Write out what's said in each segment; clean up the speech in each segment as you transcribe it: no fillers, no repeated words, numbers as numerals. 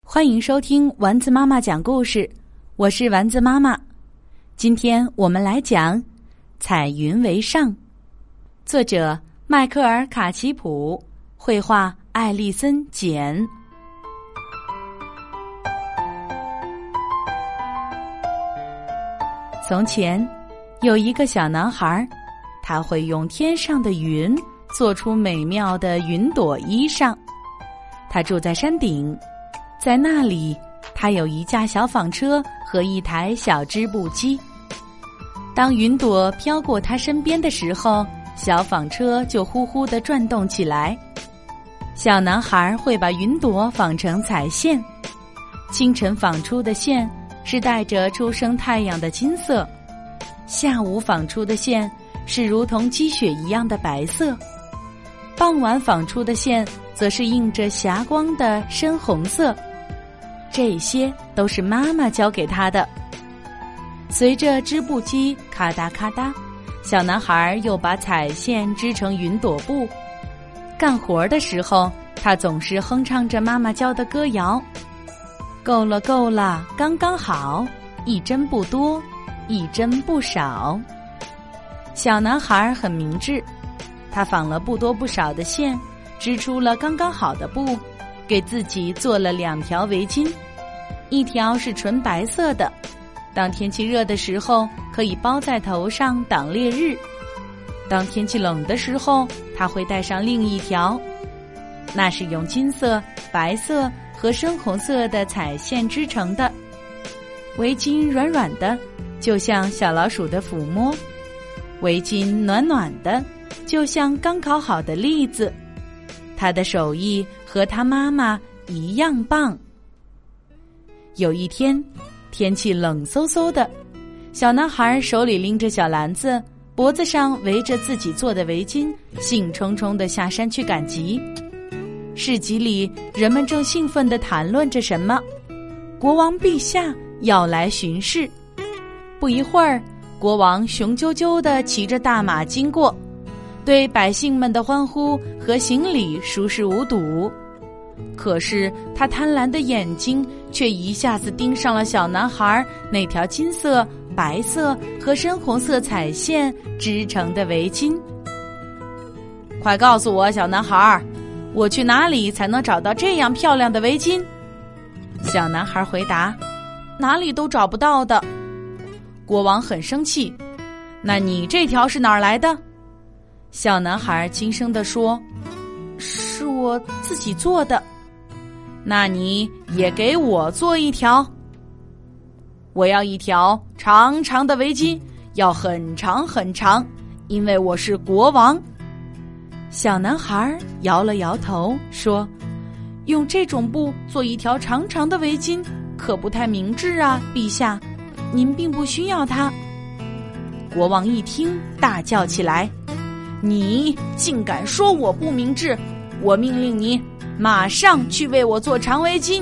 欢迎收听丸子妈妈讲故事，我是丸子妈妈。今天我们来讲《彩云为上》，作者迈克尔·卡奇普，绘画艾丽森·简。从前有一个小男孩，他会用天上的云做出美妙的云朵衣裳。他住在山顶，在那里他有一架小纺车和一台小织布机。当云朵飘过他身边的时候，小纺车就呼呼地转动起来。小男孩会把云朵纺成彩线，清晨纺出的线是带着初升太阳的金色，下午纺出的线是如同积雪一样的白色，傍晚纺出的线则是映着霞光的深红色。这些都是妈妈教给他的。随着织布机咔嗒咔嗒，小男孩又把彩线织成云朵布。干活的时候，他总是哼唱着妈妈教的歌谣：够了够了，刚刚好，一针不多，一针不少。小男孩很明智，他纺了不多不少的线，织出了刚刚好的布，给自己做了2条围巾，一条是纯白色的，当天气热的时候可以包在头上挡烈日，当天气冷的时候他会戴上另一条，那是用金色、白色和深红色的彩线织成的。围巾软软的，就像小老鼠的抚摸；围巾暖暖的，就像刚烤好的栗子。他的手艺和他妈妈一样棒。有一天，天气冷飕飕的，小男孩手里拎着小篮子，脖子上围着自己做的围巾，兴冲冲地下山去赶集。市集里，人们正兴奋地谈论着什么。国王陛下要来巡视。不一会儿，国王雄赳赳地骑着大马经过，对百姓们的欢呼和行礼熟视无睹。可是他贪婪的眼睛却一下子盯上了小男孩那条金色、白色和深红色彩线织成的围巾。快告诉我，小男孩，我去哪里才能找到这样漂亮的围巾？小男孩回答：哪里都找不到的。国王很生气：那你这条是哪儿来的？小男孩轻声地说：是我自己做的。那你也给我做一条。我要一条长长的围巾，要很长很长，因为我是国王。小男孩摇了摇头说：用这种布做一条长长的围巾可不太明智啊，陛下，您并不需要它。国王一听大叫起来：你竟敢说我不明智，我命令你马上去为我做长围巾。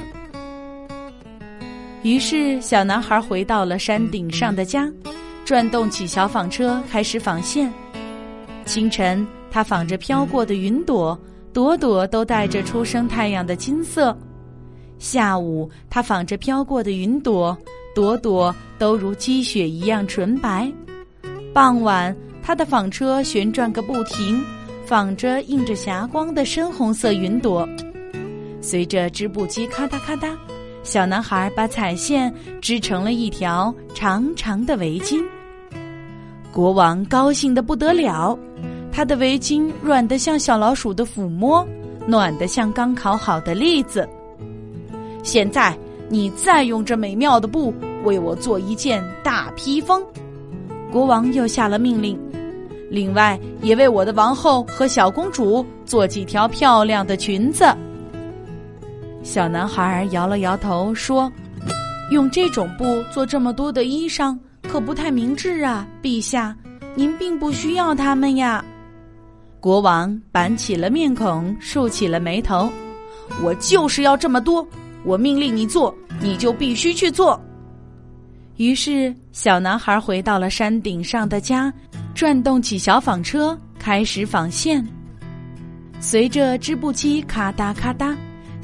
于是小男孩回到了山顶上的家，转动起小纺车开始纺线。清晨他纺着飘过的云朵，朵朵都带着初升太阳的金色。下午他纺着飘过的云朵，朵朵都如积雪一样纯白。傍晚他的纺车旋转个不停，纺着映着霞光的深红色云朵。随着织布机咔嗒咔嗒，小男孩把彩线织成了一条长长的围巾。国王高兴得不得了，他的围巾软得像小老鼠的抚摸，暖得像刚烤好的栗子。现在你再用这美妙的布为我做一件大披风。国王又下了命令，另外也为我的王后和小公主做几条漂亮的裙子。小男孩摇了摇头说：用这种布做这么多的衣裳可不太明智啊，陛下，您并不需要它们呀。国王板起了面孔，竖起了眉头：我就是要这么多，我命令你做，你就必须去做。于是小男孩回到了山顶上的家，转动起小纺车开始纺线。随着织布机咔嗒咔嗒，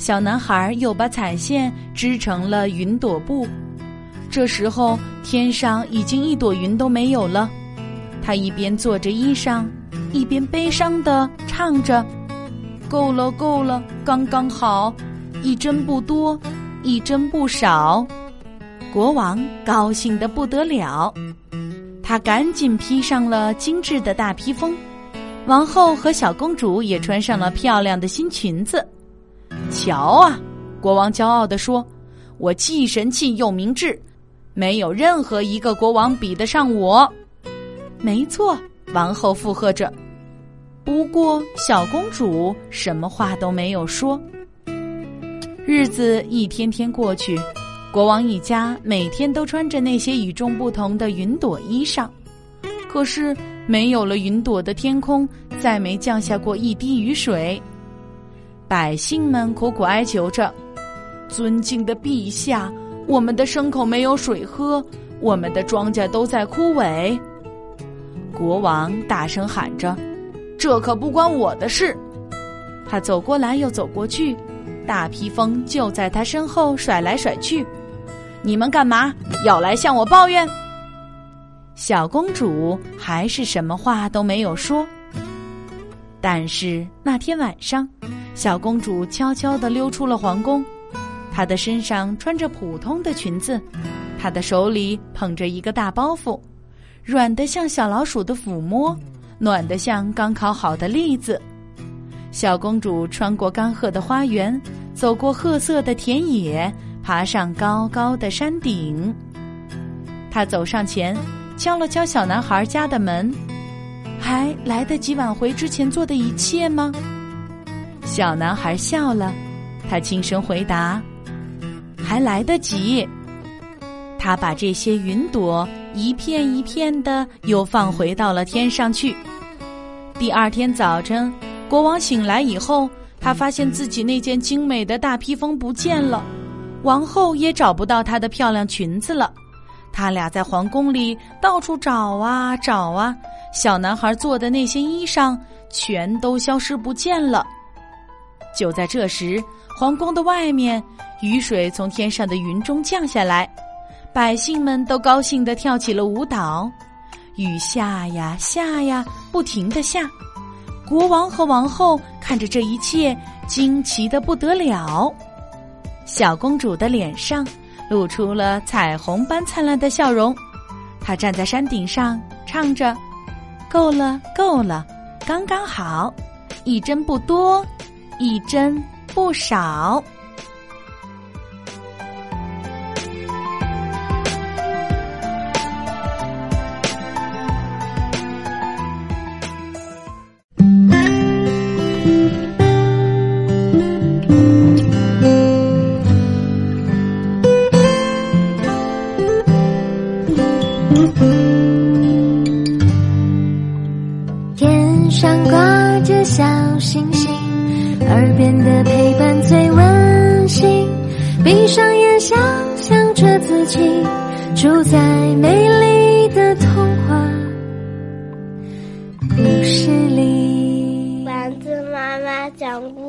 小男孩又把彩线织成了云朵布。这时候天上已经一朵云都没有了。他一边做着衣裳，一边悲伤地唱着：够了够了，刚刚好，一针不多，一针不少。国王高兴得不得了，他赶紧披上了精致的大披风。王后和小公主也穿上了漂亮的新裙子。瞧啊，国王骄傲地说，我既神气又明智，没有任何一个国王比得上我。没错，王后附和着。不过小公主什么话都没有说。日子一天天过去，国王一家每天都穿着那些与众不同的云朵衣裳。可是没有了云朵的天空，再没降下过一滴雨水。百姓们苦苦哀求着，尊敬的陛下，我们的牲口没有水喝，我们的庄稼都在枯萎。国王大声喊着，这可不关我的事。他走过来又走过去，大披风就在他身后甩来甩去。你们干嘛要来向我抱怨？小公主还是什么话都没有说。但是那天晚上，小公主悄悄地溜出了皇宫。她的身上穿着普通的裙子，她的手里捧着一个大包袱，软得像小老鼠的抚摸，暖得像刚烤好的栗子。小公主穿过干涸的花园，走过褐色的田野，爬上高高的山顶。她走上前，敲了敲小男孩家的门。还来得及挽回之前做的一切吗？小男孩笑了，他轻声回答，还来得及。他把这些云朵一片一片的又放回到了天上去。第二天早晨，国王醒来以后，他发现自己那件精美的大披风不见了，王后也找不到她的漂亮裙子了。他俩在皇宫里到处找啊找啊，小男孩做的那些衣裳全都消失不见了。就在这时，皇宫的外面，雨水从天上的云中降下来，百姓们都高兴地跳起了舞蹈。雨下呀下呀，不停地下。国王和王后看着这一切，惊奇得不得了。小公主的脸上露出了彩虹般灿烂的笑容，她站在山顶上，唱着：够了够了，刚刚好，一针不多，一针不少。 天上挂着小星星，耳边的陪伴最温馨。闭上眼，想象着自己住在美丽的童话故事里。 丸子妈妈讲故